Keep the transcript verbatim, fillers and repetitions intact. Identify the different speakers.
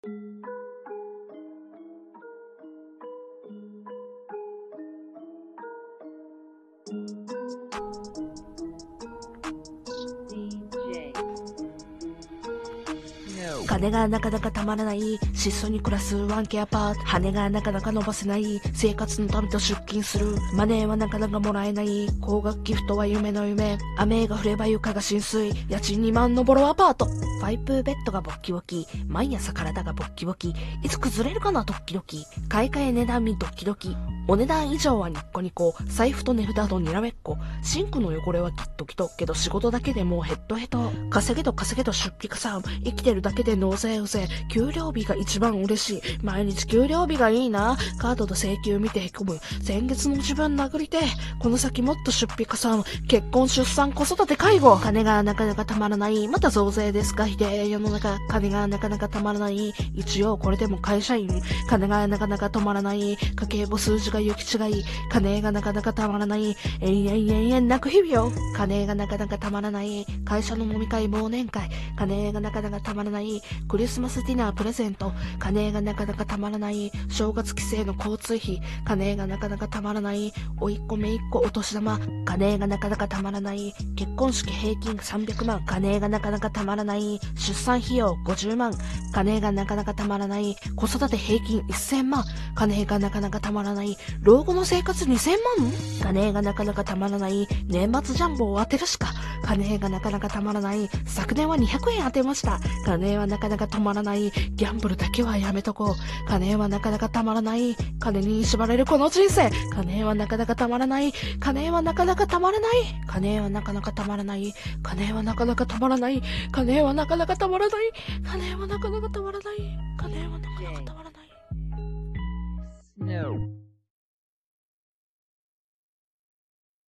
Speaker 1: 金がなかなかたまらない質素に暮らす ワンケー アパート。羽がなかなか伸ばせない生活のためと出勤する。マネーはなかなかもらえない高額ギフトは夢の夢。雨が降れば床が浸水。家賃にまんのボロアパート。ファイプベッドがボッキボキ。毎朝体がボッキボキ。いつ崩れるかなドッキドキ。買い替え値段見ドッキドキ。お値段以上はニッコニコ。財布と値札とにらめっこ。シンクの汚れはきっときとけど仕事だけでもうヘッドヘッド。稼げど稼げど出費加算。生きてるだけで納税うぜ。給料日が一番嬉しい。毎日給料日がいいな。カードと請求見てへこむ。先月の自分殴りて。この先もっと出費加算。結婚出産子育て介護。金がなかなかたまらない。また増税ですかひでえ世の中。金がなかなかたまらない。一応これでも会社員。金がなかなか止まらない。家計簿数字が行き違い。金がなかなかたまらない。延々延々泣く日々よ。金がなかなかたまらない。会社の飲み会忘年会。金がなかなかたまらない。クリスマスディナープレゼント。金がなかなかたまらない。正月帰省の交通費。金がなかなかたまらない。おいっ子めいっ子お年玉。金がなかなかたまらない。結婚式平均さんびゃくまん。金がなかなかたまらない。出産費用ごじゅうまん。金がなかなかたまらない。子育て平均せんまん。金がなかなかたまらない。老後の生活にせんまん。金がなかなかたまらない。年末ジャンボを当てるしか。金がなかなかたまらない。昨年はにひゃくえん当てました。金はなかなか止まらない。ギャンブルだけはやめとこう。金はなかなかたまらない。金に縛れるこの人生。金はなかなかたまらない。金はなかなかたまらない。金はなかなかたまらない。金はなかなかたまらない。金はなかなかたまらない。金はなかなかたまらない。金はなかなかたまらない。
Speaker 2: No.